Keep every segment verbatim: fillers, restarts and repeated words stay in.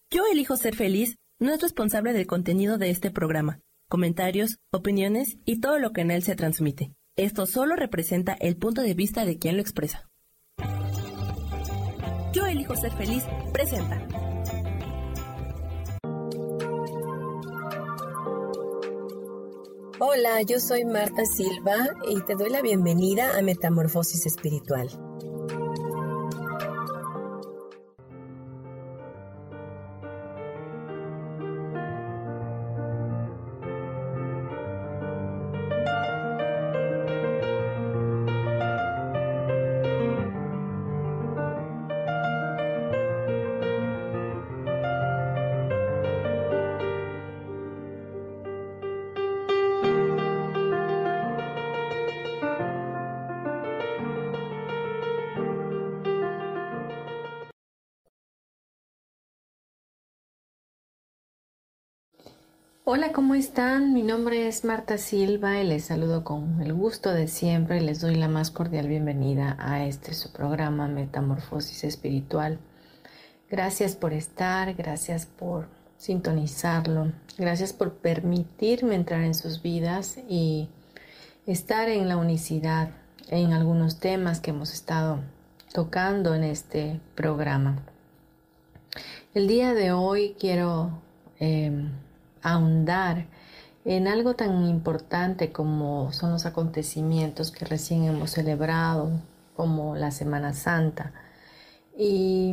Yo elijo ser feliz no es responsable del contenido de este programa, comentarios, opiniones y todo lo que en él se transmite. Esto solo representa el punto de vista de quien lo expresa. Yo elijo ser feliz presenta. Hola, yo soy Marta Silva y te doy la bienvenida a Metamorfosis Espiritual. Hola, ¿cómo están? Mi nombre es Marta Silva y les saludo con el gusto de siempre. Les doy la más cordial bienvenida a este su programa Metamorfosis Espiritual. Gracias por estar, gracias por sintonizarlo, gracias por permitirme entrar en sus vidas y estar en la unicidad en algunos temas que hemos estado tocando en este programa. El día de hoy quiero eh, ahondar en algo tan importante como son los acontecimientos que recién hemos celebrado, como la Semana Santa. Y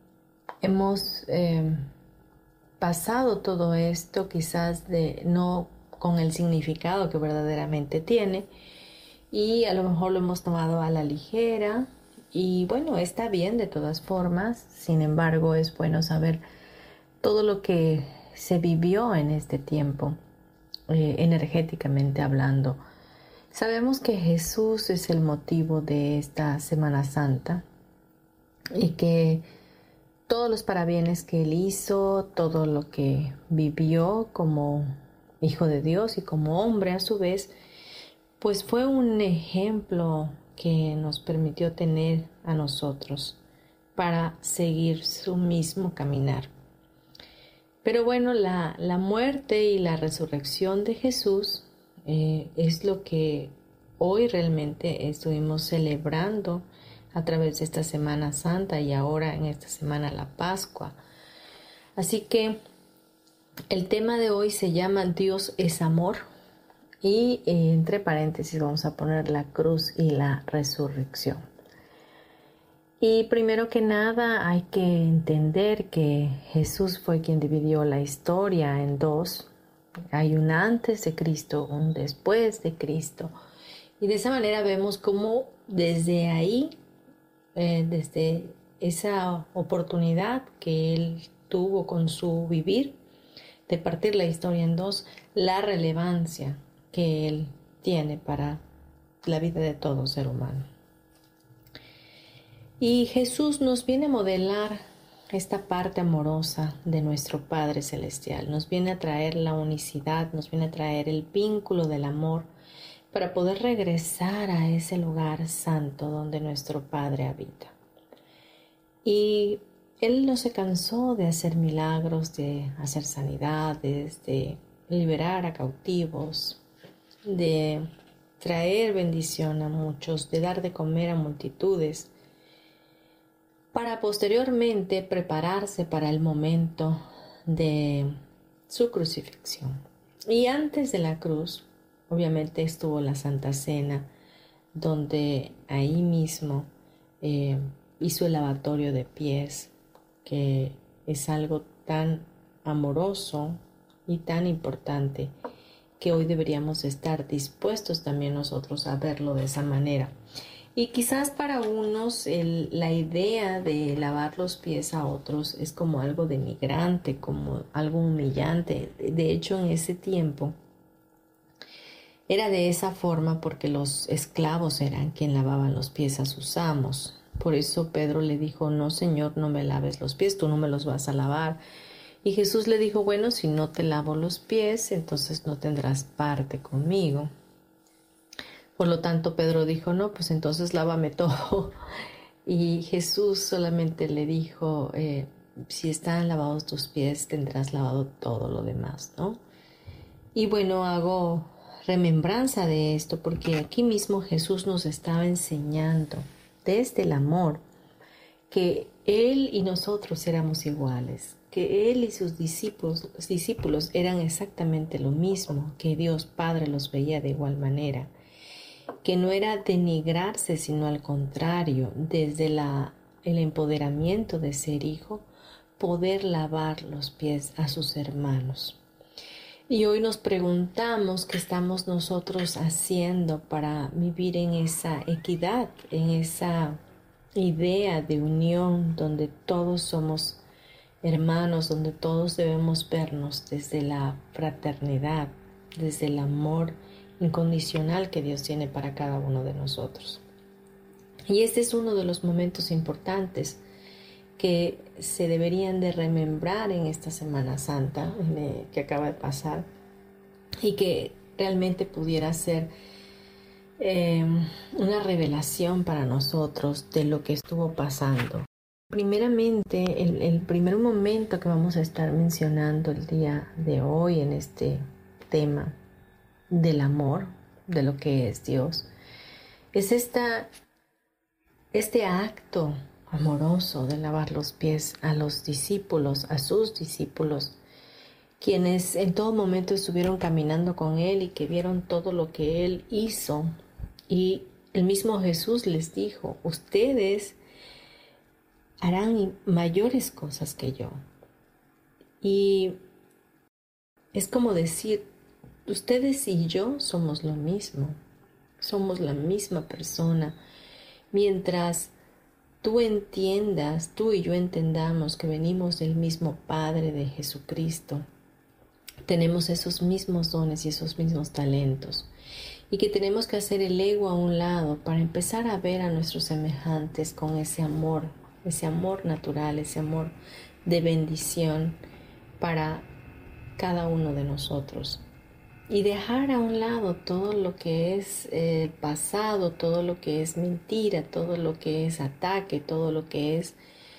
hemos eh, pasado todo esto quizás de no con el significado que verdaderamente tiene, y a lo mejor lo hemos tomado a la ligera, y bueno, está bien de todas formas. Sin embargo, es bueno saber todo lo que se vivió en este tiempo, eh, energéticamente hablando. Sabemos que Jesús es el motivo de esta Semana Santa y que todos los parabienes que Él hizo, todo lo que vivió como Hijo de Dios y como hombre a su vez, pues fue un ejemplo que nos permitió tener a nosotros para seguir su mismo caminar. Pero bueno, la, la muerte y la resurrección de Jesús eh, es lo que hoy realmente estuvimos celebrando a través de esta Semana Santa y ahora en esta semana la Pascua. Así que el tema de hoy se llama Dios es amor, y eh, entre paréntesis vamos a poner la cruz y la resurrección. Y primero que nada hay que entender que Jesús fue quien dividió la historia en dos. Hay un antes de Cristo, un después de Cristo. Y de esa manera vemos cómo desde ahí, eh, desde esa oportunidad que Él tuvo con su vivir, de partir la historia en dos, la relevancia que Él tiene para la vida de todo ser humano. Y Jesús nos viene a modelar esta parte amorosa de nuestro Padre Celestial. Nos viene a traer la unicidad, nos viene a traer el vínculo del amor para poder regresar a ese lugar santo donde nuestro Padre habita. Y Él no se cansó de hacer milagros, de hacer sanidades, de liberar a cautivos, de traer bendición a muchos, de dar de comer a multitudes, para posteriormente prepararse para el momento de su crucifixión. Y antes de la cruz, obviamente estuvo la Santa Cena, donde ahí mismo eh, hizo el lavatorio de pies, que es algo tan amoroso y tan importante que hoy deberíamos estar dispuestos también nosotros a verlo de esa manera. Y quizás para unos el, la idea de lavar los pies a otros es como algo denigrante, como algo humillante. De hecho, en ese tiempo era de esa forma porque los esclavos eran quien lavaban los pies a sus amos. Por eso Pedro le dijo: no, Señor, no me laves los pies, tú no me los vas a lavar. Y Jesús le dijo: bueno, si no te lavo los pies, entonces no tendrás parte conmigo. Por lo tanto, Pedro dijo: no, pues entonces lávame todo. Y Jesús solamente le dijo: eh, si están lavados tus pies, tendrás lavado todo lo demás, ¿no? Y bueno, hago remembranza de esto porque aquí mismo Jesús nos estaba enseñando desde el amor que Él y nosotros éramos iguales, que Él y sus discípulos, discípulos eran exactamente lo mismo, que Dios Padre los veía de igual manera, que no era denigrarse, sino al contrario, desde la, el empoderamiento de ser hijo, poder lavar los pies a sus hermanos. Y hoy nos preguntamos qué estamos nosotros haciendo para vivir en esa equidad, en esa idea de unión donde todos somos hermanos, donde todos debemos vernos desde la fraternidad, desde el amor incondicional que Dios tiene para cada uno de nosotros. Y este es uno de los momentos importantes que se deberían de remembrar en esta Semana Santa que acaba de pasar y que realmente pudiera ser eh, una revelación para nosotros de lo que estuvo pasando. Primeramente, el, el primer momento que vamos a estar mencionando el día de hoy en este tema del amor, de lo que es Dios, es esta, este acto amoroso de lavar los pies a los discípulos, a sus discípulos, quienes en todo momento estuvieron caminando con Él y que vieron todo lo que Él hizo. Y el mismo Jesús les dijo, ustedes harán mayores cosas que yo. Y es como decir, ustedes y yo somos lo mismo, somos la misma persona. Mientras tú entiendas, tú y yo entendamos que venimos del mismo Padre de Jesucristo, tenemos esos mismos dones y esos mismos talentos, y que tenemos que hacer el ego a un lado para empezar a ver a nuestros semejantes con ese amor, ese amor natural, ese amor de bendición para cada uno de nosotros. Y dejar a un lado todo lo que es eh, pasado, todo lo que es mentira, todo lo que es ataque, todo lo que es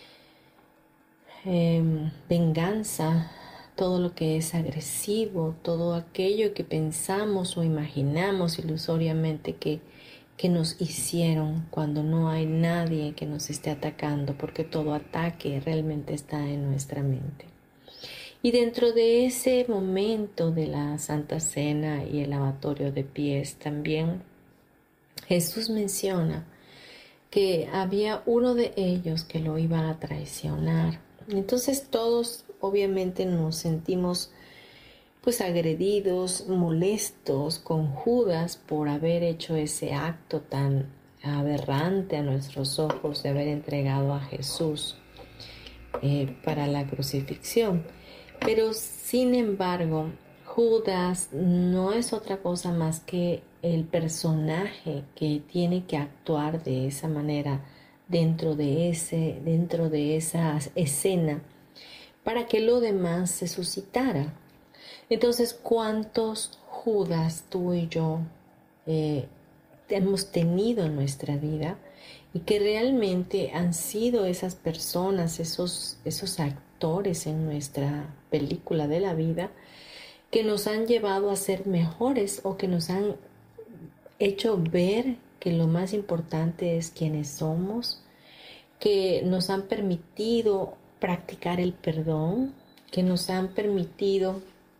eh, venganza, todo lo que es agresivo, todo aquello que pensamos o imaginamos ilusoriamente que, que nos hicieron cuando no hay nadie que nos esté atacando, porque todo ataque realmente está en nuestra mente. Y dentro de ese momento de la Santa Cena y el lavatorio de pies también Jesús menciona que había uno de ellos que lo iba a traicionar. Entonces todos obviamente nos sentimos pues agredidos, molestos con Judas por haber hecho ese acto tan aberrante a nuestros ojos de haber entregado a Jesús eh, para la crucifixión. Pero sin embargo, Judas no es otra cosa más que el personaje que tiene que actuar de esa manera dentro de, ese, dentro de esa escena para que lo demás se suscitara. Entonces, ¿cuántos Judas tú y yo eh, hemos tenido en nuestra vida y que realmente han sido esas personas, esos, esos actores en nuestra película de la vida que nos han llevado a ser mejores o que nos han hecho ver que lo más importante es quiénes somos, que nos han permitido practicar el perdón, que nos han permitido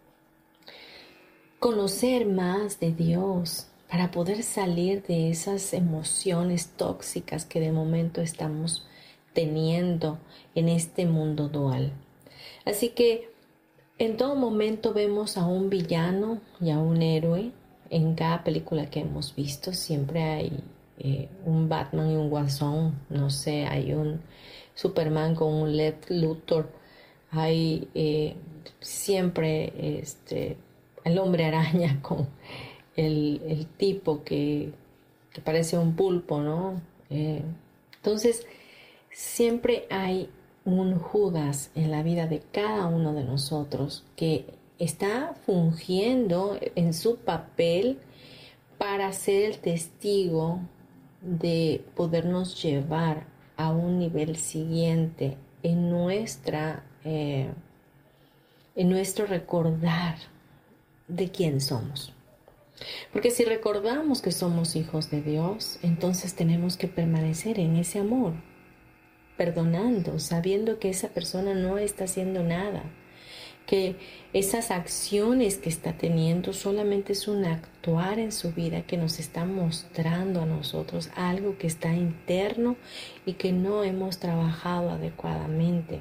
conocer más de Dios para poder salir de esas emociones tóxicas que de momento estamos teniendo en este mundo dual. Así que en todo momento vemos a un villano y a un héroe. En cada película que hemos visto siempre hay eh, un Batman y un Guasón, no sé, hay un Superman con un Lex Luthor, hay eh, siempre este, el Hombre Araña con el, el tipo que, que parece un pulpo, ¿no? Eh, entonces, siempre hay un Judas en la vida de cada uno de nosotros que está fungiendo en su papel para ser el testigo de podernos llevar a un nivel siguiente en nuestra, eh, en nuestro recordar de quién somos. Porque si recordamos que somos hijos de Dios, entonces tenemos que permanecer en ese amor, perdonando, sabiendo que esa persona no está haciendo nada, que esas acciones que está teniendo solamente es un actuar en su vida que nos está mostrando a nosotros algo que está interno y que no hemos trabajado adecuadamente.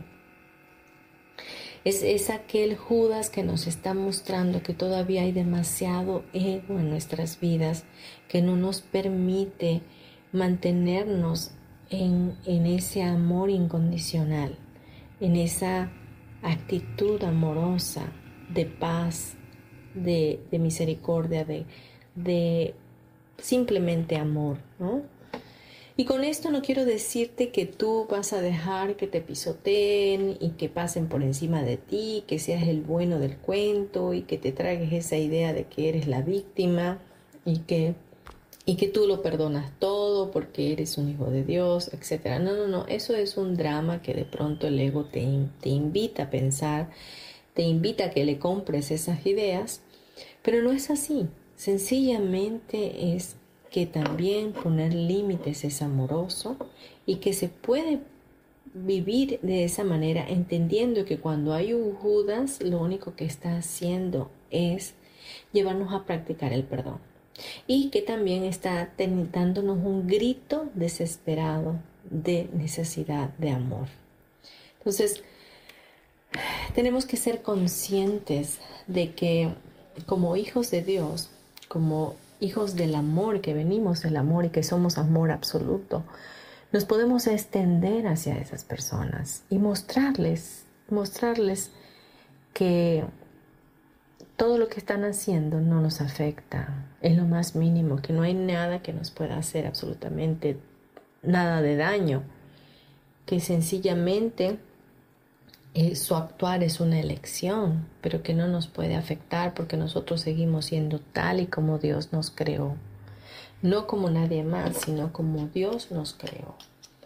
Es, es aquel Judas que nos está mostrando que todavía hay demasiado ego en nuestras vidas, que no nos permite mantenernos en, en ese amor incondicional, en esa actitud amorosa, de paz, de, de misericordia, de, de simplemente amor, ¿no? Y con esto no quiero decirte que tú vas a dejar que te pisoteen y que pasen por encima de ti, que seas el bueno del cuento y que te tragues esa idea de que eres la víctima y que, y que tú lo perdonas todo porque eres un hijo de Dios, etcétera. No, no, no, eso es un drama que de pronto el ego te, te invita a pensar, te invita a que le compres esas ideas, pero no es así. Sencillamente es que también poner límites es amoroso y que se puede vivir de esa manera, entendiendo que cuando hay un Judas, lo único que está haciendo es llevarnos a practicar el perdón. Y que también está dándonos un grito desesperado de necesidad de amor. Entonces, tenemos que ser conscientes de que como hijos de Dios, como hijos del amor, que venimos del amor y que somos amor absoluto, nos podemos extender hacia esas personas y mostrarles, mostrarles que todo lo que están haciendo no nos afecta, es lo más mínimo, que no hay nada que nos pueda hacer absolutamente nada de daño, que sencillamente eh, su actuar es una elección, pero que no nos puede afectar porque nosotros seguimos siendo tal y como Dios nos creó, no como nadie más, sino como Dios nos creó.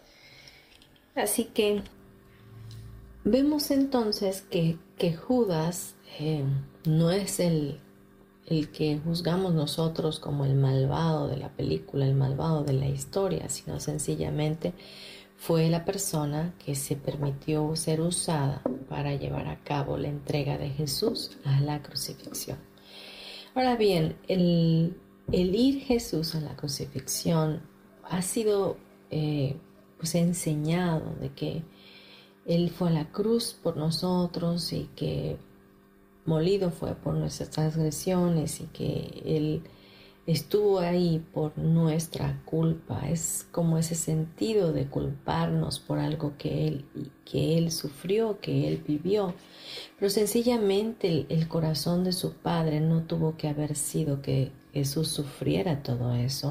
Así que vemos entonces que, que Judas eh, no es el, el que juzgamos nosotros como el malvado de la película, el malvado de la historia, sino sencillamente fue la persona que se permitió ser usada para llevar a cabo la entrega de Jesús a la crucifixión. Ahora bien, el, el ir Jesús a la crucifixión ha sido eh, pues enseñado de que Él fue a la cruz por nosotros y que molido fue por nuestras transgresiones y que Él estuvo ahí por nuestra culpa. Es como ese sentido de culparnos por algo que Él, que él sufrió, que Él vivió. Pero sencillamente el, el corazón de su Padre no tuvo que haber sido que Jesús sufriera todo eso,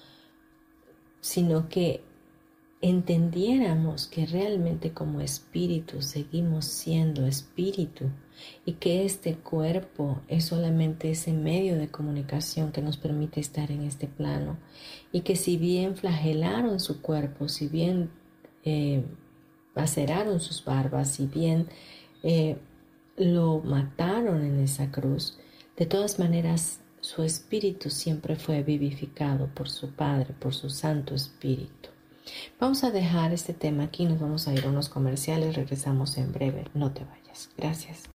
sino que entendiéramos que realmente como espíritu seguimos siendo espíritu y que este cuerpo es solamente ese medio de comunicación que nos permite estar en este plano y que si bien flagelaron su cuerpo, si bien eh, laceraron sus barbas, si bien eh, lo mataron en esa cruz, de todas maneras su espíritu siempre fue vivificado por su Padre, por su Santo Espíritu. Vamos a dejar este tema aquí, nos vamos a ir a unos comerciales, regresamos en breve, no te vayas. Gracias.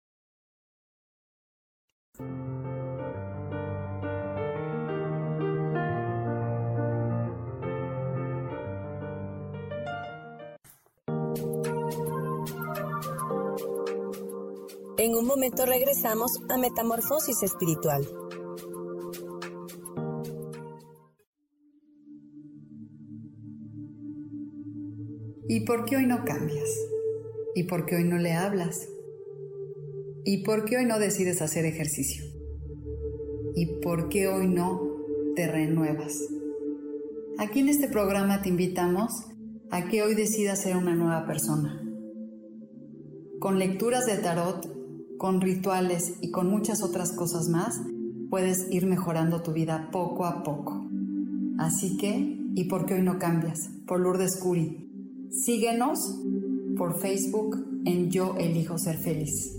En un momento regresamos a Metamorfosis Espiritual. ¿Y por qué hoy no cambias? ¿Y por qué hoy no le hablas? ¿Y por qué hoy no decides hacer ejercicio? ¿Y por qué hoy no te renuevas? Aquí en este programa te invitamos a que hoy decidas ser una nueva persona. Con lecturas de tarot, con rituales y con muchas otras cosas más, puedes ir mejorando tu vida poco a poco. Así que, ¿y por qué hoy no cambias? Por Lourdes Curi. Síguenos por Facebook en Yo Elijo Ser Feliz.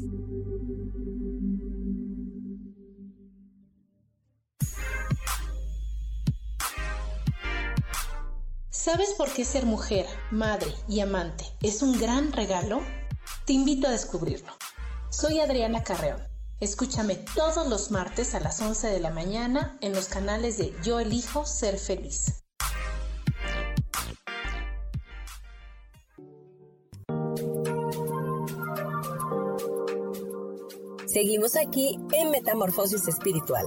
¿Sabes por qué ser mujer, madre y amante es un gran regalo? Te invito a descubrirlo. Soy Adriana Carreón. Escúchame todos los martes a las once de la mañana en los canales de Yo Elijo Ser Feliz. Seguimos aquí en Metamorfosis Espiritual.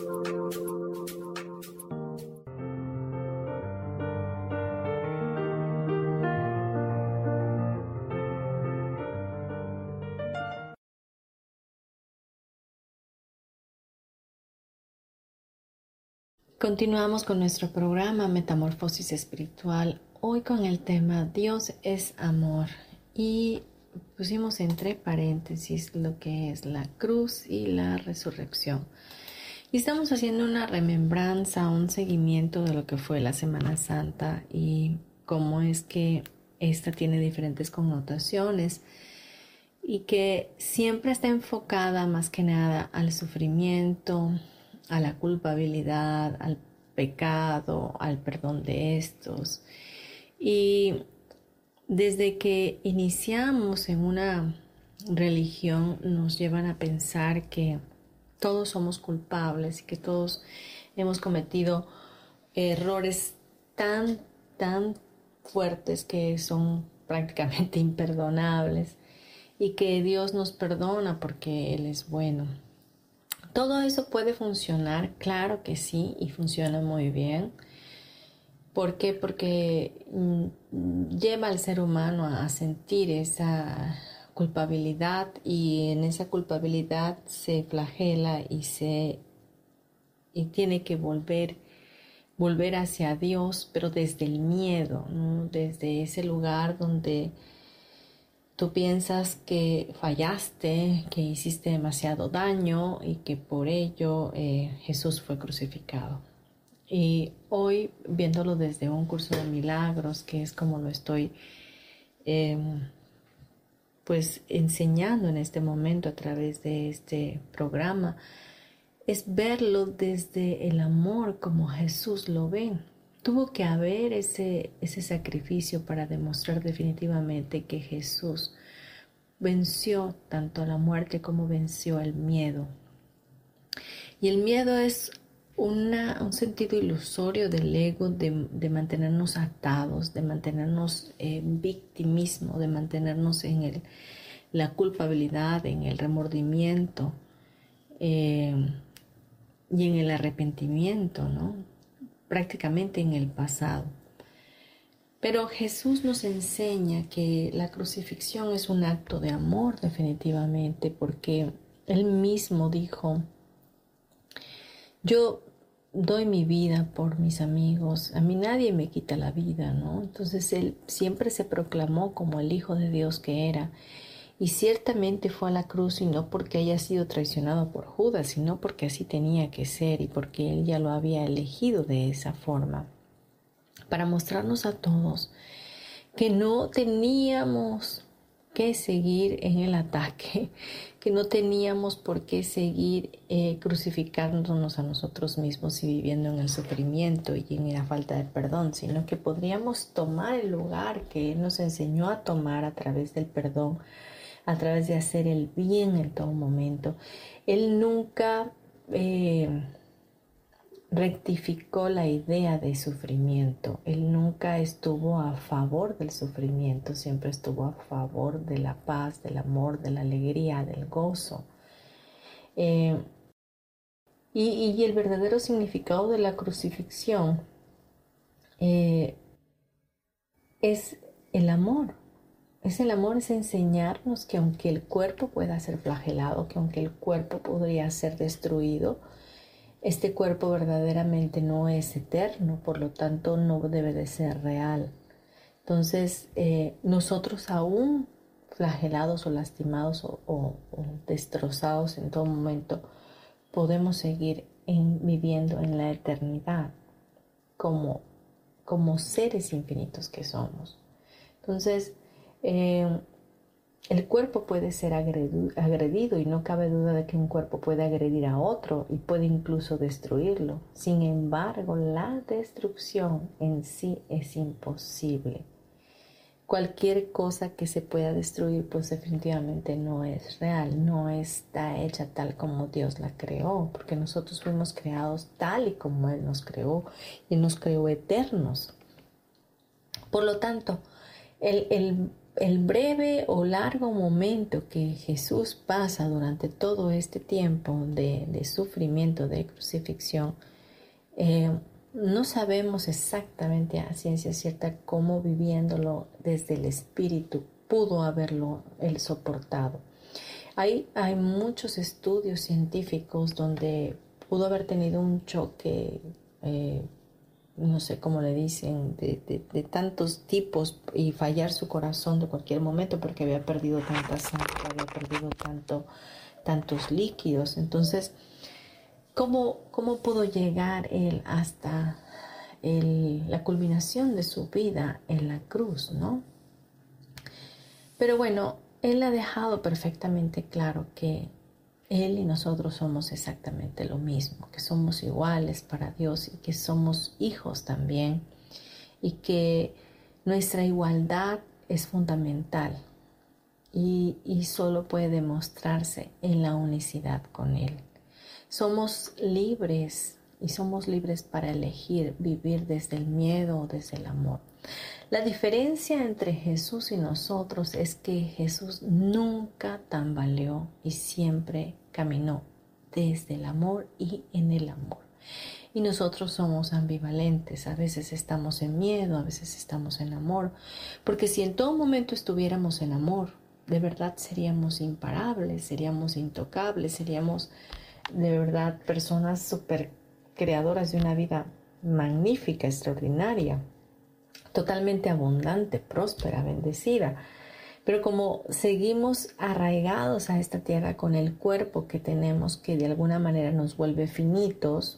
Continuamos con nuestro programa Metamorfosis Espiritual, hoy con el tema Dios es amor, y pusimos entre paréntesis lo que es la cruz y la resurrección. Y estamos haciendo una remembranza, un seguimiento de lo que fue la Semana Santa y cómo es que esta tiene diferentes connotaciones y que siempre está enfocada más que nada al sufrimiento, a la culpabilidad, al pecado, al perdón de estos. Y desde que iniciamos en una religión nos llevan a pensar que todos somos culpables y que todos hemos cometido errores tan, tan fuertes que son prácticamente imperdonables y que Dios nos perdona porque Él es bueno. ¿Todo eso puede funcionar? Claro que sí, y funciona muy bien. ¿Por qué? Porque mm, lleva al ser humano a, a sentir esa culpabilidad y en esa culpabilidad se flagela y, se, y tiene que volver, volver hacia Dios, pero desde el miedo, ¿no? Desde ese lugar donde tú piensas que fallaste, que hiciste demasiado daño y que por ello eh, Jesús fue crucificado. Y hoy, viéndolo desde un curso de milagros, que es como lo estoy eh, pues enseñando en este momento a través de este programa, es verlo desde el amor como Jesús lo ve. Tuvo que haber ese, ese sacrificio para demostrar definitivamente que Jesús venció tanto a la muerte como venció el miedo. Y el miedo es una, un sentido ilusorio del ego de, de mantenernos atados, de mantenernos en victimismo, de mantenernos en el, la culpabilidad, en el remordimiento eh, y en el arrepentimiento, ¿no? Prácticamente en el pasado. Pero Jesús nos enseña que la crucifixión es un acto de amor definitivamente, porque Él mismo dijo: yo doy mi vida por mis amigos, a mí nadie me quita la vida, ¿no? Entonces Él siempre se proclamó como el Hijo de Dios que era, y ciertamente fue a la cruz, y no porque haya sido traicionado por Judas, sino porque así tenía que ser y porque Él ya lo había elegido de esa forma, para mostrarnos a todos que no teníamos que seguir en el ataque, que no teníamos por qué seguir eh, crucificándonos a nosotros mismos y viviendo en el sufrimiento y en la falta de perdón, sino que podríamos tomar el lugar que Él nos enseñó a tomar a través del perdón, a través de hacer el bien en todo momento. Él nunca eh, rectificó la idea de sufrimiento. Él nunca estuvo a favor del sufrimiento, siempre estuvo a favor de la paz, del amor, de la alegría, del gozo. Eh, y, y el verdadero significado de la crucifixión eh, es el amor. Es el amor, es enseñarnos que aunque el cuerpo pueda ser flagelado, que aunque el cuerpo podría ser destruido, este cuerpo verdaderamente no es eterno, por lo tanto no debe de ser real. Entonces, eh, nosotros aún flagelados o lastimados o, o, o destrozados en todo momento, podemos seguir en, viviendo en la eternidad como, como seres infinitos que somos. Entonces, Eh, el cuerpo puede ser agredido y no cabe duda de que un cuerpo puede agredir a otro y puede incluso destruirlo. Sin embargo, la destrucción en sí es imposible. Cualquier cosa que se pueda destruir, pues definitivamente no es real, no está hecha tal como Dios la creó, porque nosotros fuimos creados tal y como Él nos creó y nos creó eternos. Por lo tanto, el, el, el breve o largo momento que Jesús pasa durante todo este tiempo de, de sufrimiento, de crucifixión, eh, no sabemos exactamente a ciencia cierta cómo viviéndolo desde el espíritu pudo haberlo él soportado. Hay, hay muchos estudios científicos donde pudo haber tenido un choque, eh, no sé cómo le dicen, de, de, de tantos tipos y fallar su corazón de cualquier momento porque había perdido tanta sangre, había perdido tanto, tantos líquidos. Entonces, ¿Cómo, ¿Cómo pudo llegar él hasta el, la culminación de su vida en la cruz, no? Pero bueno, él ha dejado perfectamente claro que él y nosotros somos exactamente lo mismo, que somos iguales para Dios y que somos hijos también y que nuestra igualdad es fundamental y, y solo puede demostrarse en la unicidad con Él. Somos libres y somos libres para elegir vivir desde el miedo o desde el amor. La diferencia entre Jesús y nosotros es que Jesús nunca tambaleó y siempre caminó desde el amor y en el amor. Y nosotros somos ambivalentes, a veces estamos en miedo, a veces estamos en amor, porque si en todo momento estuviéramos en amor, de verdad seríamos imparables, seríamos intocables, seríamos de verdad personas súper creadoras de una vida magnífica, extraordinaria, totalmente abundante, próspera, bendecida. Pero como seguimos arraigados a esta tierra con el cuerpo que tenemos, que de alguna manera nos vuelve finitos,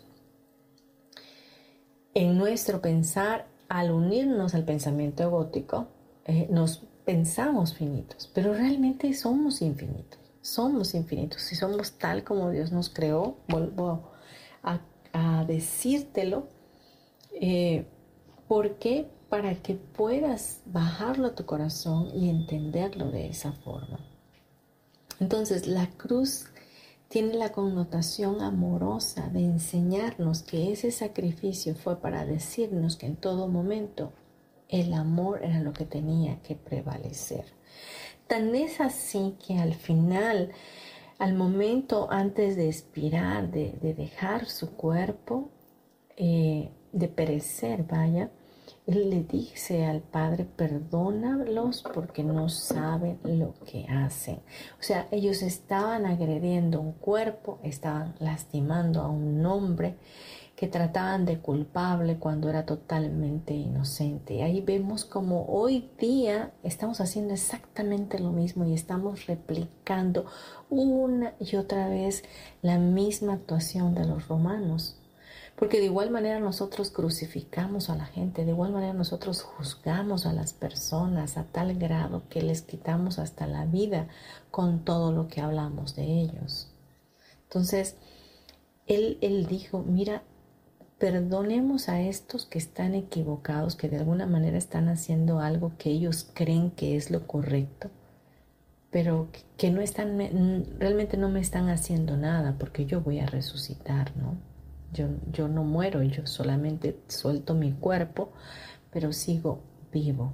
en nuestro pensar, al unirnos al pensamiento egótico, eh, nos pensamos finitos, pero realmente somos infinitos. Somos infinitos y somos tal como Dios nos creó. Vuelvo a, a decírtelo. Eh, ¿Por qué? Para que puedas bajarlo a tu corazón y entenderlo de esa forma. Entonces, la cruz tiene la connotación amorosa de enseñarnos que ese sacrificio fue para decirnos que en todo momento el amor era lo que tenía que prevalecer. Tan es así que al final, al momento antes de expirar, de, de dejar su cuerpo, eh, de perecer, vaya, él le dice al Padre, perdónalos porque no saben lo que hacen. O sea, ellos estaban agrediendo un cuerpo, estaban lastimando a un hombre que trataban de culpable cuando era totalmente inocente. Ahí vemos como hoy día estamos haciendo exactamente lo mismo y estamos replicando una y otra vez la misma actuación de los romanos. Porque de igual manera nosotros crucificamos a la gente, de igual manera nosotros juzgamos a las personas a tal grado que les quitamos hasta la vida con todo lo que hablamos de ellos. Entonces, él, él dijo, mira, perdonemos a estos que están equivocados, que de alguna manera están haciendo algo que ellos creen que es lo correcto, pero que no están, realmente no me están haciendo nada porque yo voy a resucitar, ¿no? Yo, yo no muero, yo solamente suelto mi cuerpo, pero sigo vivo.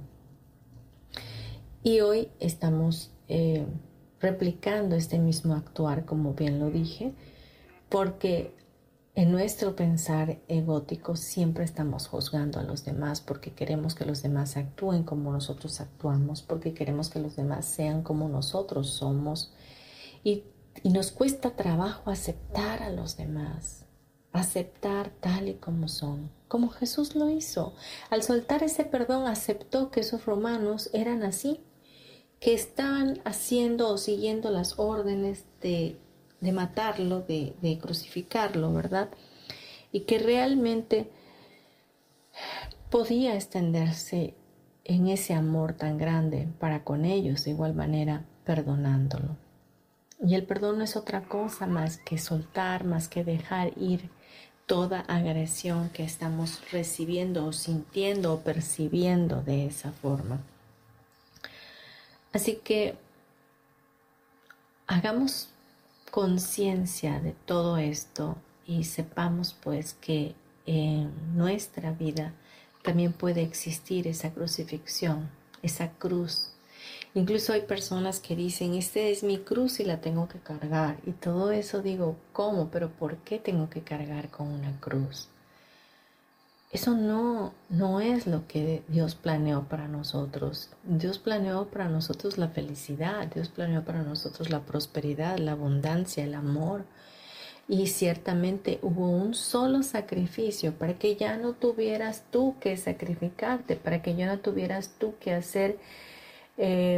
Y hoy estamos eh, replicando este mismo actuar, como bien lo dije, porque en nuestro pensar egótico siempre estamos juzgando a los demás porque queremos que los demás actúen como nosotros actuamos, porque queremos que los demás sean como nosotros somos. Y, y nos cuesta trabajo aceptar a los demás, aceptar tal y como son, como Jesús lo hizo. Al soltar ese perdón aceptó que esos romanos eran así, que estaban haciendo o siguiendo las órdenes de de matarlo, de, de crucificarlo, ¿verdad? Y que realmente podía extenderse en ese amor tan grande para con ellos, de igual manera perdonándolo. Y el perdón no es otra cosa más que soltar, más que dejar ir toda agresión que estamos recibiendo o sintiendo o percibiendo de esa forma. Así que hagamos conciencia de todo esto y sepamos pues que en nuestra vida también puede existir esa crucifixión, esa cruz. Incluso hay personas que dicen, esta es mi cruz y la tengo que cargar. Y todo eso digo, ¿cómo? ¿Pero por qué tengo que cargar con una cruz? Eso no, no es lo que Dios planeó para nosotros. Dios planeó para nosotros la felicidad. Dios planeó para nosotros la prosperidad, la abundancia, el amor. Y ciertamente hubo un solo sacrificio para que ya no tuvieras tú que sacrificarte, para que ya no tuvieras tú que hacer Eh,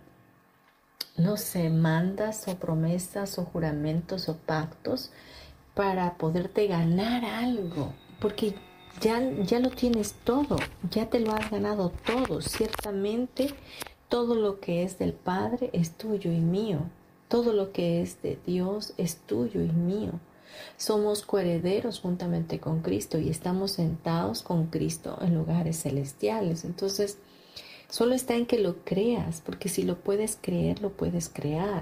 no sé, mandas o promesas o juramentos o pactos para poderte ganar algo, porque ya, ya lo tienes todo, ya te lo has ganado todo. Ciertamente todo lo que es del Padre es tuyo y mío, todo lo que es de Dios es tuyo y mío. Somos coherederos juntamente con Cristo y estamos sentados con Cristo en lugares celestiales. Entonces, solo está en que lo creas, porque si lo puedes creer, lo puedes crear.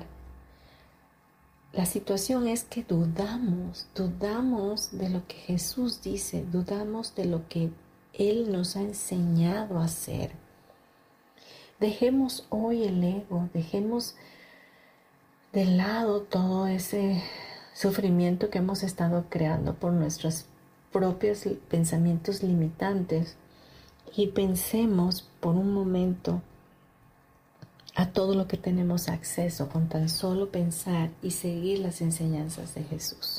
La situación es que dudamos, dudamos de lo que Jesús dice, dudamos de lo que Él nos ha enseñado a hacer. Dejemos hoy el ego, dejemos de lado todo ese sufrimiento que hemos estado creando por nuestros propios pensamientos limitantes. Y pensemos por un momento a todo lo que tenemos acceso con tan solo pensar y seguir las enseñanzas de Jesús.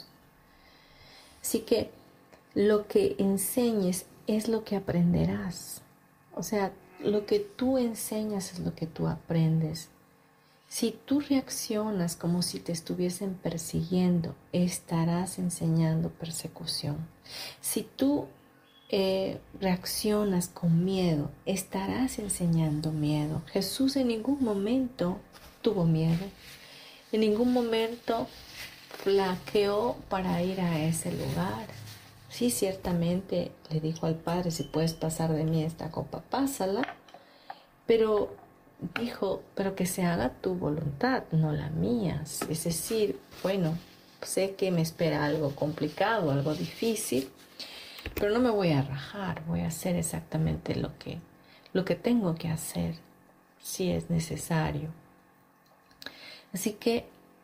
Así que lo que enseñes es lo que aprenderás. O sea, lo que tú enseñas es lo que tú aprendes. Si tú reaccionas como si te estuviesen persiguiendo, estarás enseñando persecución. Si tú Eh, reaccionas con miedo, estarás enseñando miedo. Jesús en ningún momento tuvo miedo, en ningún momento flaqueó para ir a ese lugar. Sí, ciertamente le dijo al Padre, si puedes pasar de mí esta copa, pásala, pero dijo, pero que se haga tu voluntad, no la mía. Es decir, bueno, sé que me espera algo complicado, algo difícil, pero no me voy a rajar, voy a hacer exactamente lo que, lo que tengo que hacer, si es necesario. Así que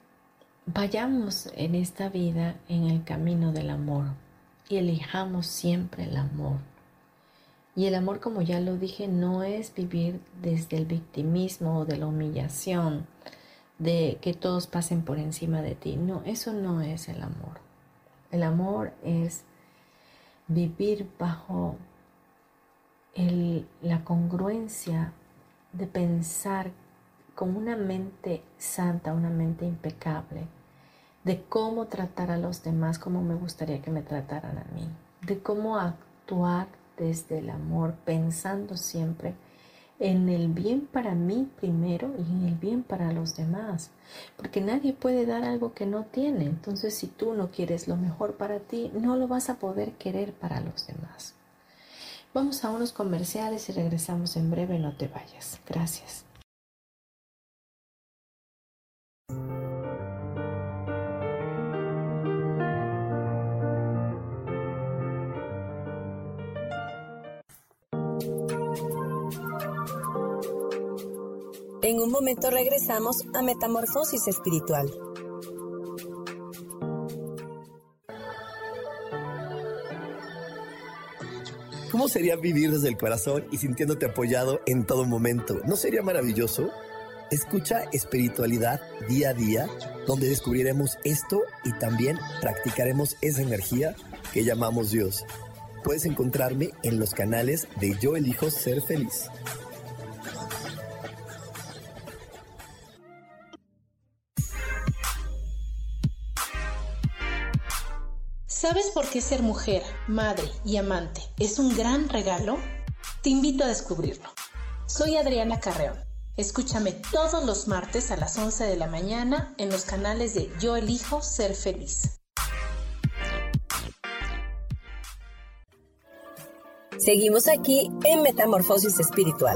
vayamos en esta vida en el camino del amor y elijamos siempre el amor. Y el amor, como ya lo dije, no es vivir desde el victimismo o de la humillación, de que todos pasen por encima de ti. No, eso no es el amor. El amor es vivir bajo el, la congruencia de pensar con una mente santa, una mente impecable, de cómo tratar a los demás como me gustaría que me trataran a mí, de cómo actuar desde el amor, pensando siempre en el bien para mí primero y en el bien para los demás, porque nadie puede dar algo que no tiene. Entonces, si tú no quieres lo mejor para ti, no lo vas a poder querer para los demás. Vamos a unos comerciales y regresamos en breve, no te vayas. Gracias. En un momento regresamos a Metamorfosis Espiritual. ¿Cómo sería vivir desde el corazón y sintiéndote apoyado en todo momento? ¿No sería maravilloso? Escucha Espiritualidad día a día, donde descubriremos esto y también practicaremos esa energía que llamamos Dios. Puedes encontrarme en los canales de Yo Elijo Ser Feliz. ¿Sabes por qué ser mujer, madre y amante es un gran regalo? Te invito a descubrirlo. Soy Adriana Carreón. Escúchame todos los martes a las once de la mañana en los canales de Yo Elijo Ser Feliz. Seguimos aquí en Metamorfosis Espiritual.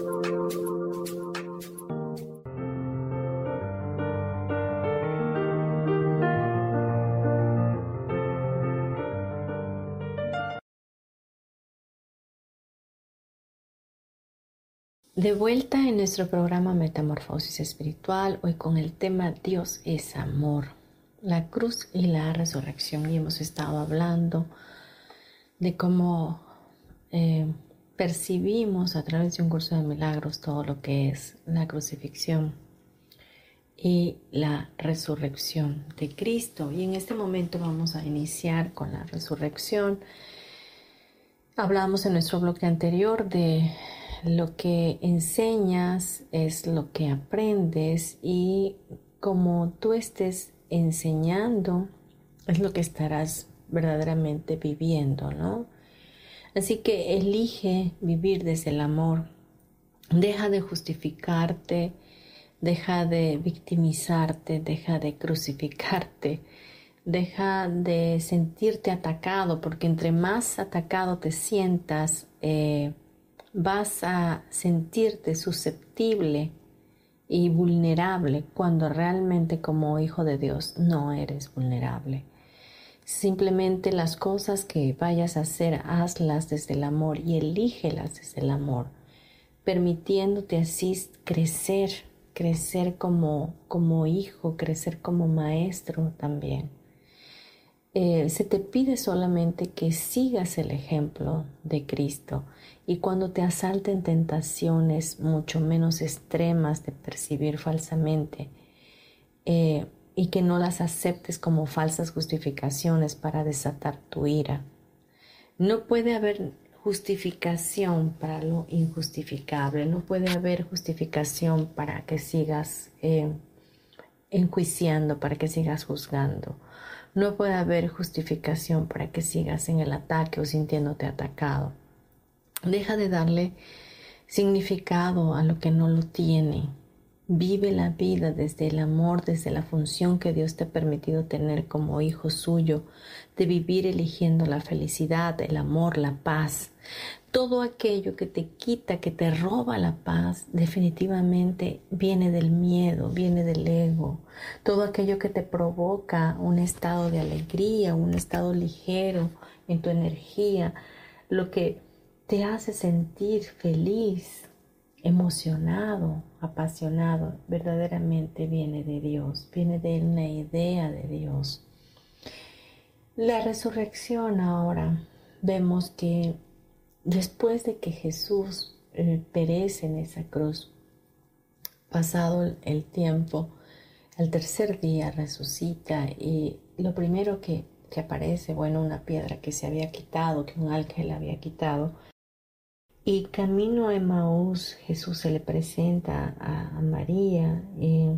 De vuelta en nuestro programa Metamorfosis Espiritual, hoy con el tema Dios es amor, la cruz y la resurrección. Y hemos estado hablando de cómo eh, percibimos a través de un curso de milagros todo lo que es la crucifixión y la resurrección de Cristo. Y en este momento vamos a iniciar con la resurrección. Hablamos en nuestro bloque anterior de lo que enseñas es lo que aprendes, y como tú estés enseñando es lo que estarás verdaderamente viviendo, ¿no? Así que elige vivir desde el amor. Deja de justificarte, deja de victimizarte, deja de crucificarte, deja de sentirte atacado, porque entre más atacado te sientas, eh, vas a sentirte susceptible y vulnerable, cuando realmente como hijo de Dios no eres vulnerable. Simplemente las cosas que vayas a hacer, hazlas desde el amor y elígelas desde el amor, permitiéndote así crecer, crecer como, como hijo, crecer como maestro también. Eh, se te pide solamente que sigas el ejemplo de Cristo, y cuando te asalten tentaciones mucho menos extremas de percibir falsamente, eh, y que no las aceptes como falsas justificaciones para desatar tu ira. No puede haber justificación para lo injustificable, no puede haber justificación para que sigas eh, enjuiciando, para que sigas juzgando. No puede haber justificación para que sigas en el ataque o sintiéndote atacado. Deja de darle significado a lo que no lo tiene. Vive la vida desde el amor, desde la función que Dios te ha permitido tener como hijo suyo, de vivir eligiendo la felicidad, el amor, la paz. Todo aquello que te quita, que te roba la paz, definitivamente viene del miedo, viene del ego. Todo aquello que te provoca un estado de alegría, un estado ligero en tu energía, lo que te hace sentir feliz, emocionado, apasionado, verdaderamente viene de Dios, viene de una idea de Dios. La resurrección ahora, vemos que después de que Jesús eh, perece en esa cruz, pasado el tiempo, al tercer día resucita, y lo primero que, que aparece, bueno, una piedra que se había quitado, que un ángel había quitado. Y camino a Emaús, Jesús se le presenta a, a María eh,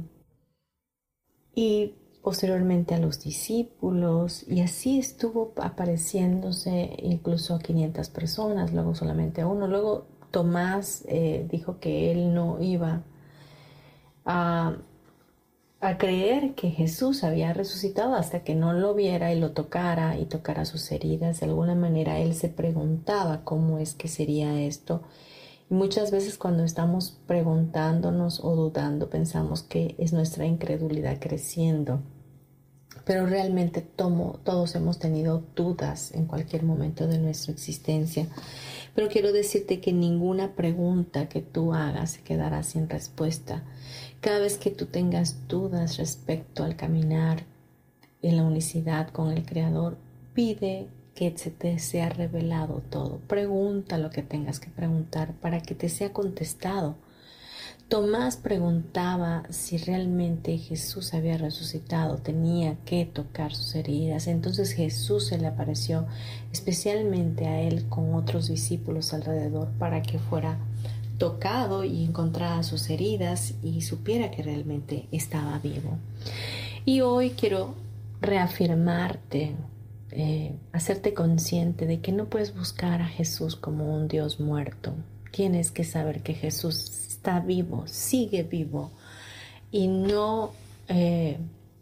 y posteriormente a los discípulos, y así estuvo apareciéndose incluso a quinientas personas, luego solamente a uno. Luego Tomás eh, dijo que él no iba a, a creer que Jesús había resucitado hasta que no lo viera y lo tocara y tocara sus heridas. De alguna manera él se preguntaba cómo es que sería esto. Y muchas veces cuando estamos preguntándonos o dudando, pensamos que es nuestra incredulidad creciendo. Pero realmente tomo, todos hemos tenido dudas en cualquier momento de nuestra existencia. Pero quiero decirte que ninguna pregunta que tú hagas se quedará sin respuesta. Cada vez que tú tengas dudas respecto al caminar en la unicidad con el Creador, pide que se te sea revelado todo. Pregunta lo que tengas que preguntar para que te sea contestado. Tomás preguntaba si realmente Jesús había resucitado, tenía que tocar sus heridas. Entonces Jesús se le apareció especialmente a él con otros discípulos alrededor para que fuera tocado y encontrara sus heridas y supiera que realmente estaba vivo. Y hoy quiero reafirmarte, eh, hacerte consciente de que no puedes buscar a Jesús como un Dios muerto. tienes que saber que Jesús está vivo, sigue vivo y no eh,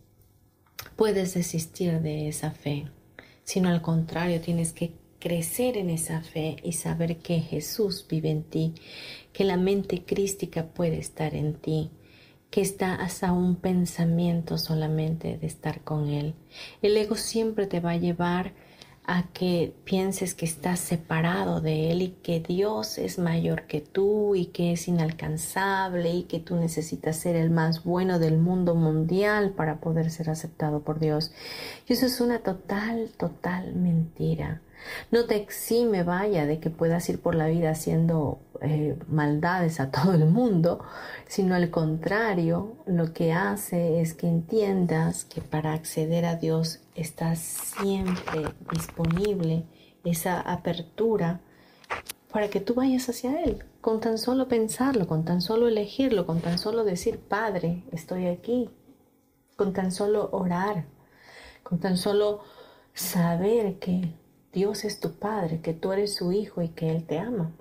puedes desistir de esa fe, sino al contrario, tienes que crecer en esa fe y saber que Jesús vive en ti, que la mente crística puede estar en ti, que está hasta un pensamiento solamente de estar con Él. El ego siempre te va a llevar a que pienses que estás separado de Él y que Dios es mayor que tú y que es inalcanzable y que tú necesitas ser el más bueno del mundo mundial para poder ser aceptado por Dios. Y eso es una total, total mentira. No te exime, vaya, de que puedas ir por la vida haciendo eh, maldades a todo el mundo, sino al contrario, lo que hace es que entiendas que para acceder a Dios está siempre disponible esa apertura para que tú vayas hacia Él, con tan solo pensarlo, con tan solo elegirlo, con tan solo decir, Padre, estoy aquí, con tan solo orar, con tan solo saber que Dios es tu Padre, que tú eres su Hijo y que Él te ama.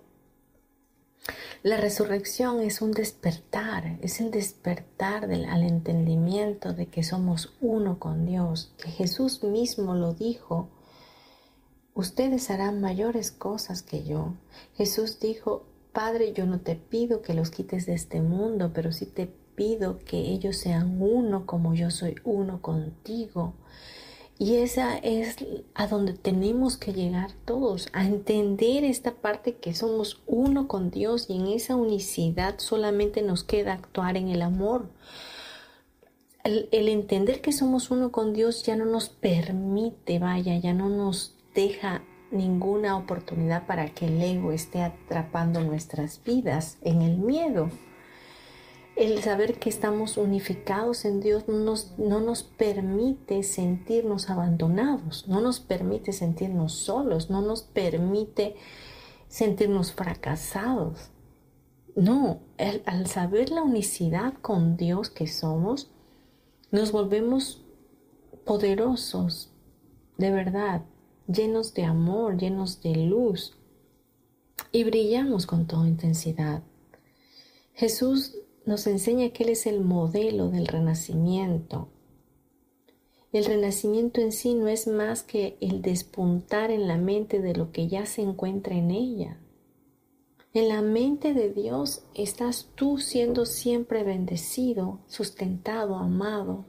La resurrección es un despertar, es el despertar del, al entendimiento de que somos uno con Dios, que Jesús mismo lo dijo, ustedes harán mayores cosas que yo. Jesús dijo, Padre, yo no te pido que los quites de este mundo, pero sí te pido que ellos sean uno como yo soy uno contigo. Y esa es a donde tenemos que llegar todos, a entender esta parte que somos uno con Dios y en esa unicidad solamente nos queda actuar en el amor. El, el entender que somos uno con Dios ya no nos permite, vaya, ya no nos deja ninguna oportunidad para que el ego esté atrapando nuestras vidas en el miedo. El saber que estamos unificados en Dios no nos, no nos permite sentirnos abandonados, no nos permite sentirnos solos, no nos permite sentirnos fracasados. No, el, al saber la unicidad con Dios que somos, nos volvemos poderosos, de verdad, llenos de amor, llenos de luz y brillamos con toda intensidad. Jesús nos enseña que Él es el modelo del renacimiento. El renacimiento en sí no es más que el despuntar en la mente de lo que ya se encuentra en ella. En la mente de Dios estás tú siendo siempre bendecido, sustentado, amado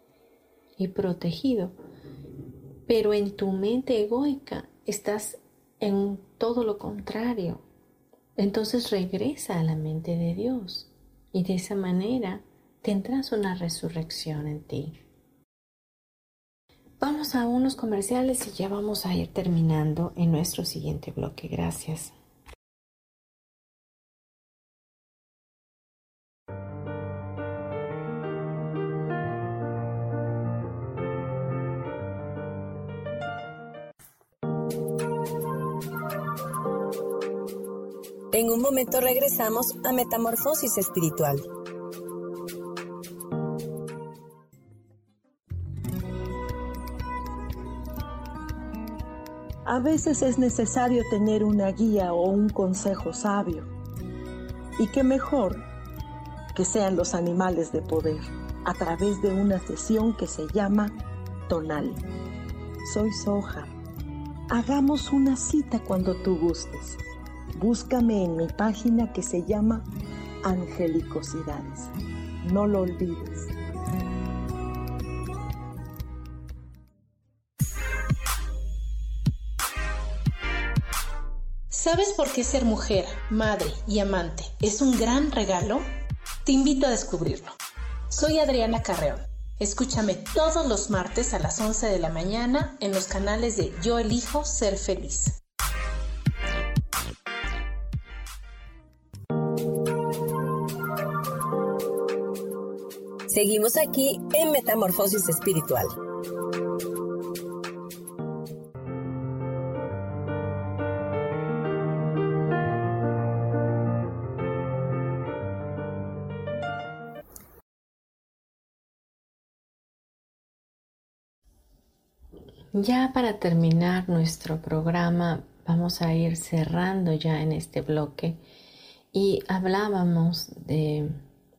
y protegido. Pero en tu mente egoica estás en todo lo contrario. Entonces regresa a la mente de Dios. Y de esa manera tendrás una resurrección en ti. Vamos a unos comerciales y ya vamos a ir terminando en nuestro siguiente bloque. Gracias. En un momento regresamos a Metamorfosis Espiritual. A veces es necesario tener una guía o un consejo sabio. Y qué mejor que sean los animales de poder, a través de una sesión que se llama Tonal. Soy Soja. Hagamos una cita cuando tú gustes. Búscame en mi página que se llama Angelicosidades. No lo olvides. ¿Sabes por qué ser mujer, madre y amante es un gran regalo? Te invito a descubrirlo. Soy Adriana Carreón. Escúchame todos los martes a las once de la mañana en los canales de Yo Elijo Ser Feliz. Seguimos aquí en Metamorfosis Espiritual. Ya para terminar nuestro programa, vamos a ir cerrando ya en este bloque y hablábamos de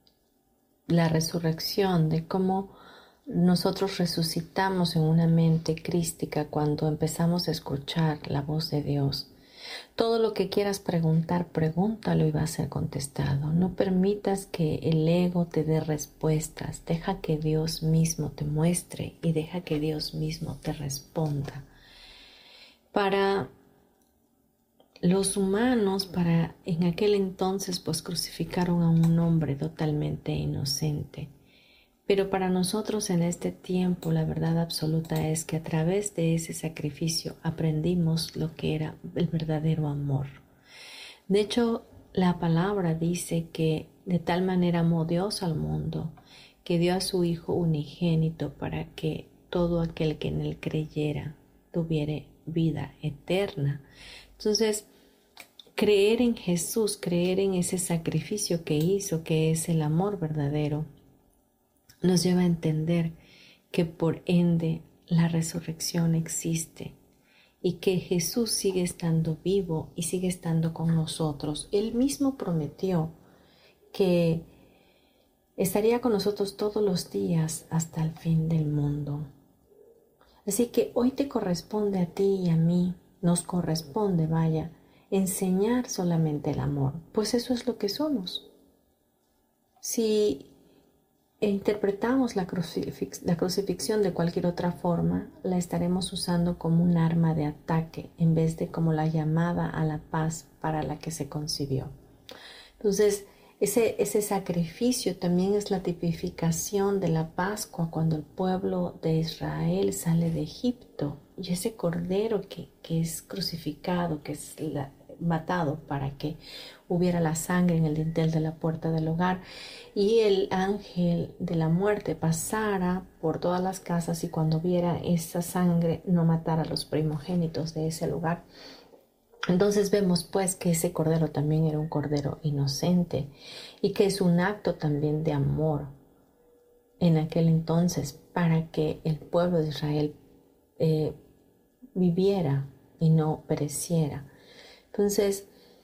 la resurrección, de cómo nosotros resucitamos en una mente crística cuando empezamos a escuchar la voz de Dios. Todo lo que quieras preguntar, pregúntalo y va a ser contestado. No permitas que el ego te dé respuestas. Deja que Dios mismo te muestre y deja que Dios mismo te responda. Para los humanos, para en aquel entonces, pues crucificaron a un hombre totalmente inocente. Pero para nosotros en este tiempo la verdad absoluta es que a través de ese sacrificio aprendimos lo que era el verdadero amor. De hecho, la palabra dice que de tal manera amó Dios al mundo que dio a su Hijo unigénito para que todo aquel que en él creyera tuviera vida eterna. Entonces, creer en Jesús, creer en ese sacrificio que hizo, que es el amor verdadero, nos lleva a entender que por ende la resurrección existe y que Jesús sigue estando vivo y sigue estando con nosotros. Él mismo prometió que estaría con nosotros todos los días hasta el fin del mundo. Así que hoy te corresponde a ti y a mí, nos corresponde, vaya, enseñar solamente el amor, pues eso es lo que somos. Si e interpretamos la, crucifix, la crucifixión de cualquier otra forma, la estaremos usando como un arma de ataque en vez de como la llamada a la paz para la que se concibió. Entonces, ese, ese sacrificio también es la tipificación de la Pascua cuando el pueblo de Israel sale de Egipto y ese cordero que, que es crucificado, que es la, matado para que hubiera la sangre en el dintel de la puerta del hogar y el ángel de la muerte pasara por todas las casas y cuando viera esa sangre no matara a los primogénitos de ese lugar. Entonces vemos pues que ese cordero también era un cordero inocente y que es un acto también de amor en aquel entonces para que el pueblo de Israel eh, viviera y no pereciera. Entonces,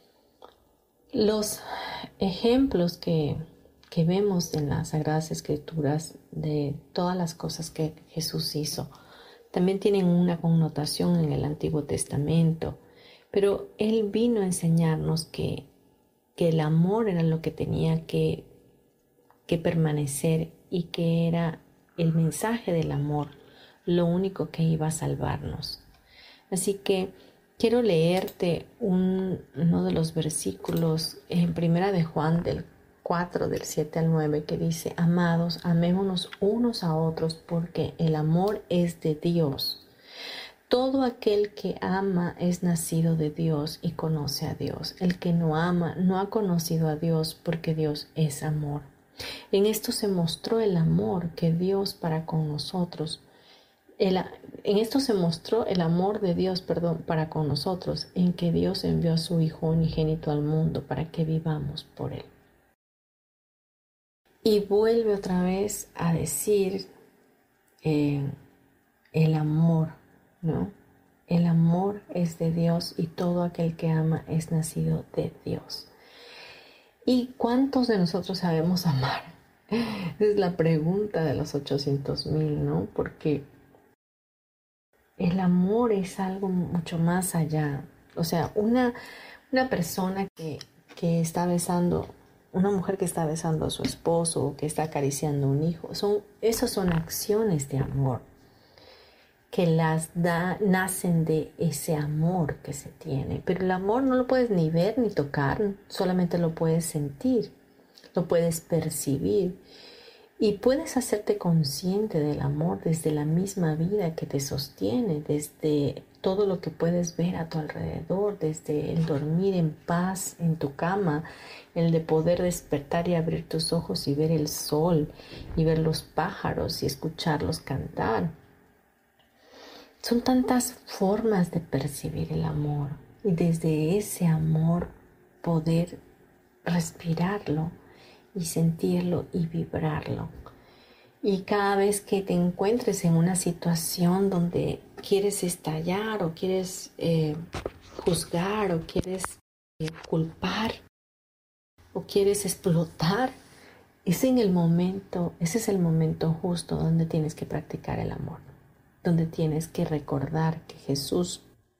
los ejemplos que, que vemos en las Sagradas Escrituras de todas las cosas que Jesús hizo también tienen una connotación en el Antiguo Testamento, pero Él vino a enseñarnos que, que el amor era lo que tenía que, que permanecer y que era el mensaje del amor lo único que iba a salvarnos. Así que quiero leerte un, uno de los versículos en Primera de Juan del cuatro, del siete al nueve, que dice: amados, amémonos unos a otros porque el amor es de Dios. Todo aquel que ama es nacido de Dios y conoce a Dios. El que no ama no ha conocido a Dios porque Dios es amor. En esto se mostró el amor que Dios para con nosotros El, en esto se mostró el amor de Dios, perdón, para con nosotros, en que Dios envió a su Hijo unigénito al mundo para que vivamos por Él. Y vuelve otra vez a decir eh, el amor, ¿no? El amor es de Dios y todo aquel que ama es nacido de Dios. ¿Y cuántos de nosotros sabemos amar? Es la pregunta de los ochocientos mil, ¿no? Porque el amor es algo mucho más allá. O sea, una, una persona que, que está besando, una mujer que está besando a su esposo o que está acariciando a un hijo, son, esas son acciones de amor que las da, nacen de ese amor que se tiene. Pero el amor no lo puedes ni ver ni tocar, solamente lo puedes sentir, lo puedes percibir. Y puedes hacerte consciente del amor desde la misma vida que te sostiene, desde todo lo que puedes ver a tu alrededor, desde el dormir en paz en tu cama, el de poder despertar y abrir tus ojos y ver el sol y ver los pájaros y escucharlos cantar. Son tantas formas de percibir el amor y desde ese amor poder respirarlo y sentirlo y vibrarlo. Y cada vez que te encuentres en una situación donde quieres estallar o quieres eh, juzgar o quieres eh, culpar, o quieres explotar, es en el momento, ese es el momento justo donde tienes que practicar el amor, donde tienes que recordar que Jesús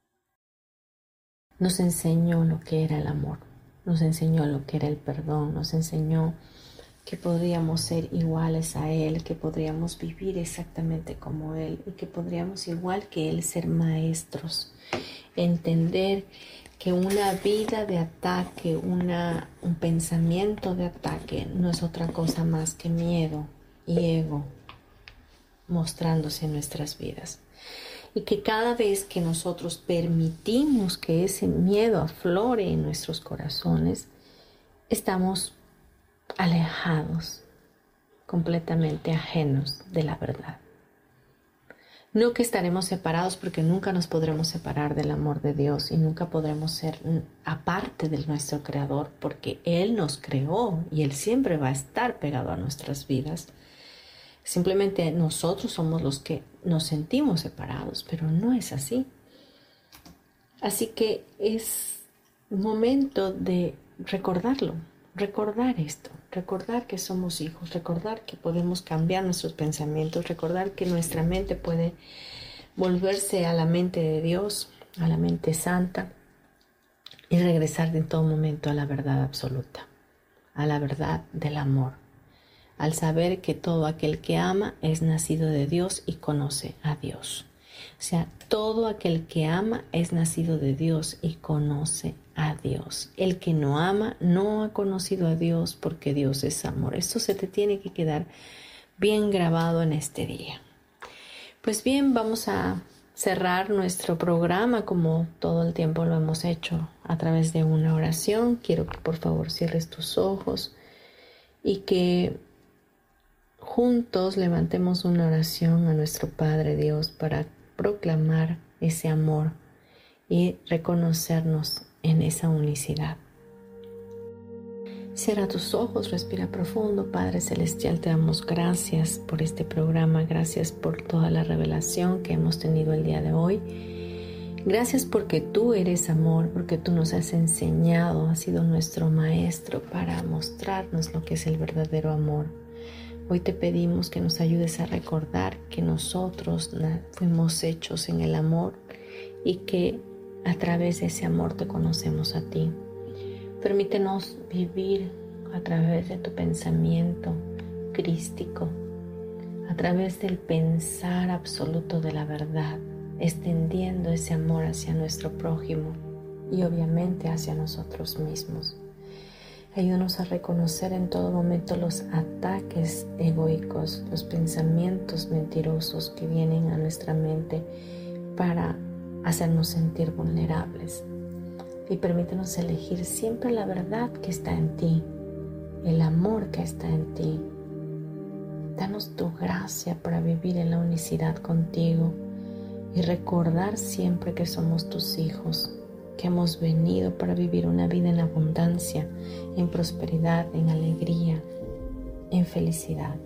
nos enseñó lo que era el amor, nos enseñó lo que era el perdón, nos enseñó que podríamos ser iguales a Él, que podríamos vivir exactamente como Él y que podríamos igual que Él ser maestros, entender que una vida de ataque, una, un pensamiento de ataque no es otra cosa más que miedo y ego mostrándose en nuestras vidas. Y que cada vez que nosotros permitimos que ese miedo aflore en nuestros corazones, estamos alejados, completamente ajenos de la verdad. No que estaremos separados, porque nunca nos podremos separar del amor de Dios y nunca podremos ser aparte de nuestro Creador, porque Él nos creó y Él siempre va a estar pegado a nuestras vidas. Simplemente nosotros somos los que nos sentimos separados, pero no es así. Así que es momento de recordarlo, recordar esto, recordar que somos hijos, recordar que podemos cambiar nuestros pensamientos, recordar que nuestra mente puede volverse a la mente de Dios, a la mente santa y regresar en todo momento a la verdad absoluta, a la verdad del amor, al saber que todo aquel que ama es nacido de Dios y conoce a Dios. O sea, todo aquel que ama es nacido de Dios y conoce a Dios. El que no ama no ha conocido a Dios, porque Dios es amor. Esto se te tiene que quedar bien grabado en este día. Pues bien, vamos a cerrar nuestro programa como todo el tiempo lo hemos hecho, a través de una oración. Quiero que por favor cierres tus ojos y que juntos levantemos una oración a nuestro Padre Dios para proclamar ese amor y reconocernos en esa unicidad. Cierra tus ojos, respira profundo. Padre Celestial, te damos gracias por este programa, gracias por toda la revelación que hemos tenido el día de hoy. Gracias porque tú eres amor, porque tú nos has enseñado, has sido nuestro maestro para mostrarnos lo que es el verdadero amor. Hoy te pedimos que nos ayudes a recordar que nosotros fuimos hechos en el amor y que a través de ese amor te conocemos a ti. Permítenos vivir a través de tu pensamiento crístico, a través del pensar absoluto de la verdad, extendiendo ese amor hacia nuestro prójimo y obviamente hacia nosotros mismos. Ayúdanos a reconocer en todo momento los ataques egoicos, los pensamientos mentirosos que vienen a nuestra mente para hacernos sentir vulnerables. Y permítenos elegir siempre la verdad que está en ti, el amor que está en ti. Danos tu gracia para vivir en la unicidad contigo y recordar siempre que somos tus hijos, que hemos venido para vivir una vida en abundancia, en prosperidad, en alegría, en felicidad.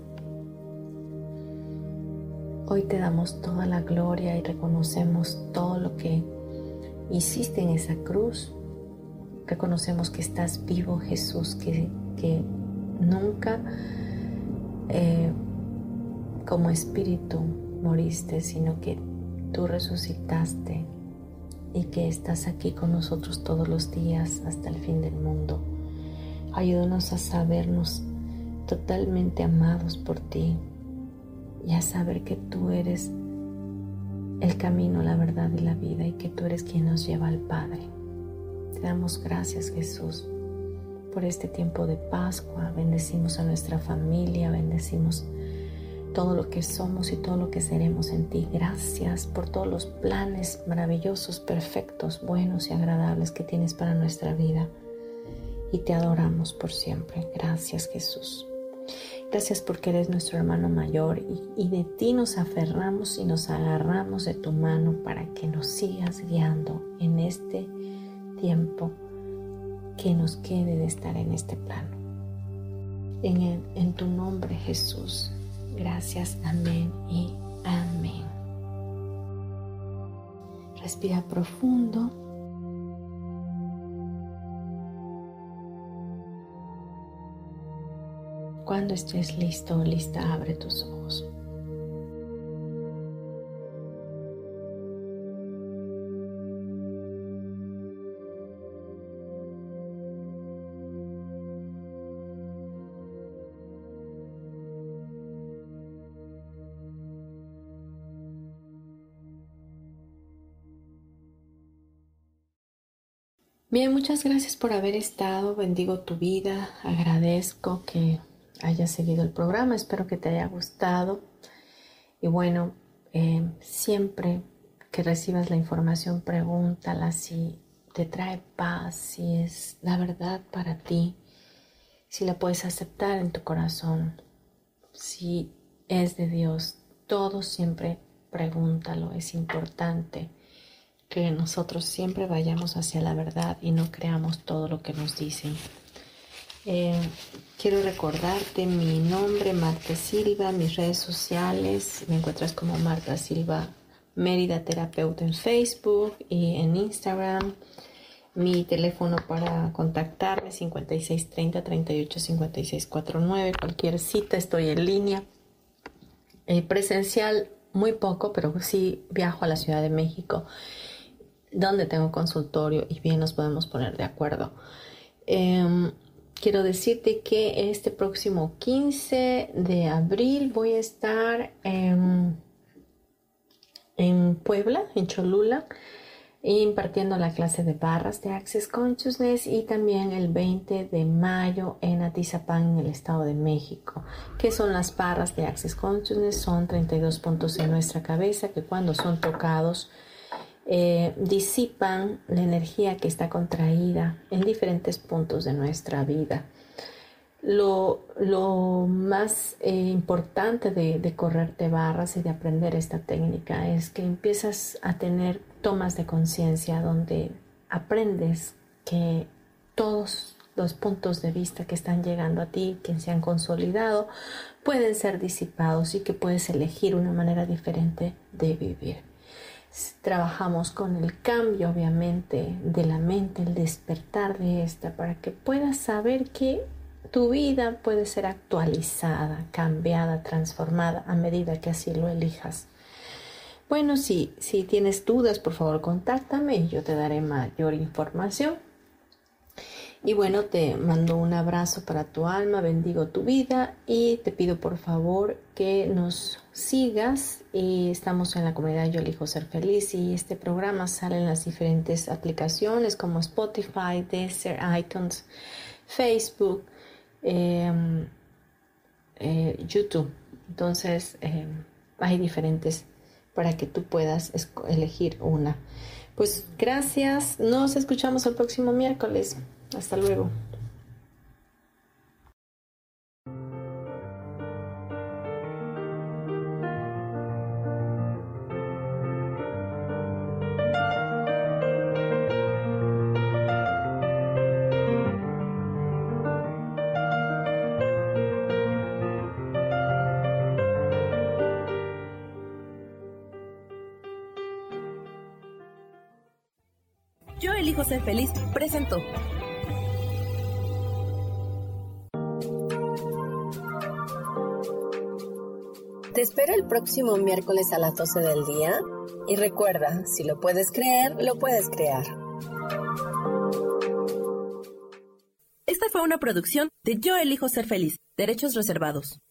Hoy te damos toda la gloria y reconocemos todo lo que hiciste en esa cruz. Reconocemos que estás vivo, Jesús, que, que nunca eh, como espíritu moriste, sino que tú resucitaste y que estás aquí con nosotros todos los días hasta el fin del mundo. Ayúdanos a sabernos totalmente amados por ti y a saber que tú eres el camino, la verdad y la vida, y que tú eres quien nos lleva al Padre. Te damos gracias, Jesús, por este tiempo de Pascua. Bendecimos a nuestra familia, bendecimos todo lo que somos y todo lo que seremos en ti. Gracias por todos los planes maravillosos, perfectos, buenos y agradables que tienes para nuestra vida. Y te adoramos por siempre. Gracias, Jesús. Gracias porque eres nuestro hermano mayor y, y de ti nos aferramos y nos agarramos de tu mano para que nos sigas guiando en este tiempo que nos quede de estar en este plano. En, el, en tu nombre, Jesús. Gracias, amén y amén. Respira profundo. Cuando estés listo o lista, abre tus ojos. Bien, muchas gracias por haber estado. Bendigo tu vida. Agradezco que hayas seguido el programa. Espero que te haya gustado. Y bueno, eh, siempre que recibas la información, pregúntala si te trae paz, si es la verdad para ti, si la puedes aceptar en tu corazón, si es de Dios. Todo siempre pregúntalo. Es importante que nosotros siempre vayamos hacia la verdad y no creamos todo lo que nos dicen. Eh, quiero recordarte mi nombre, Marta Silva, mis redes sociales. Me encuentras como Marta Silva Mérida Terapeuta en Facebook y en Instagram. Mi teléfono para contactarme cincuenta y seis treinta, treinta y ocho cincuenta y seis cuarenta y nueve. Cualquier cita, estoy en línea. Eh, presencial muy poco, pero sí viajo a la Ciudad de México, donde tengo consultorio y bien nos podemos poner de acuerdo. Eh, quiero decirte que este próximo quince de abril voy a estar en, en Puebla, en Cholula, impartiendo la clase de barras de Access Consciousness, y también el veinte de mayo en Atizapán, en el Estado de México. ¿Qué son las barras de Access Consciousness? Son treinta y dos puntos en nuestra cabeza que cuando son tocados Eh, disipan la energía que está contraída en diferentes puntos de nuestra vida. Lo, lo más eh, importante de, de correrte barras y de aprender esta técnica es que empiezas a tener tomas de conciencia donde aprendes que todos los puntos de vista que están llegando a ti, que se han consolidado, pueden ser disipados y que puedes elegir una manera diferente de vivir. Trabajamos con el cambio, obviamente, de la mente, el despertar de esta, para que puedas saber que tu vida puede ser actualizada, cambiada, transformada a medida que así lo elijas. Bueno, si, si tienes dudas, por favor, contáctame y yo te daré mayor información. Y bueno, te mando un abrazo para tu alma, bendigo tu vida y te pido por favor que nos sigas. Y estamos en la comunidad Yo Elijo Ser Feliz y este programa sale en las diferentes aplicaciones como Spotify, Deezer, iTunes, Facebook, eh, eh, YouTube. Entonces eh, hay diferentes para que tú puedas elegir una. Pues gracias, nos escuchamos el próximo miércoles. Hasta luego. Yo Elijo Ser Feliz presentó. Te espero el próximo miércoles a las doce del día y recuerda, si lo puedes creer, lo puedes crear. Esta fue una producción de Yo Elijo Ser Feliz, derechos reservados.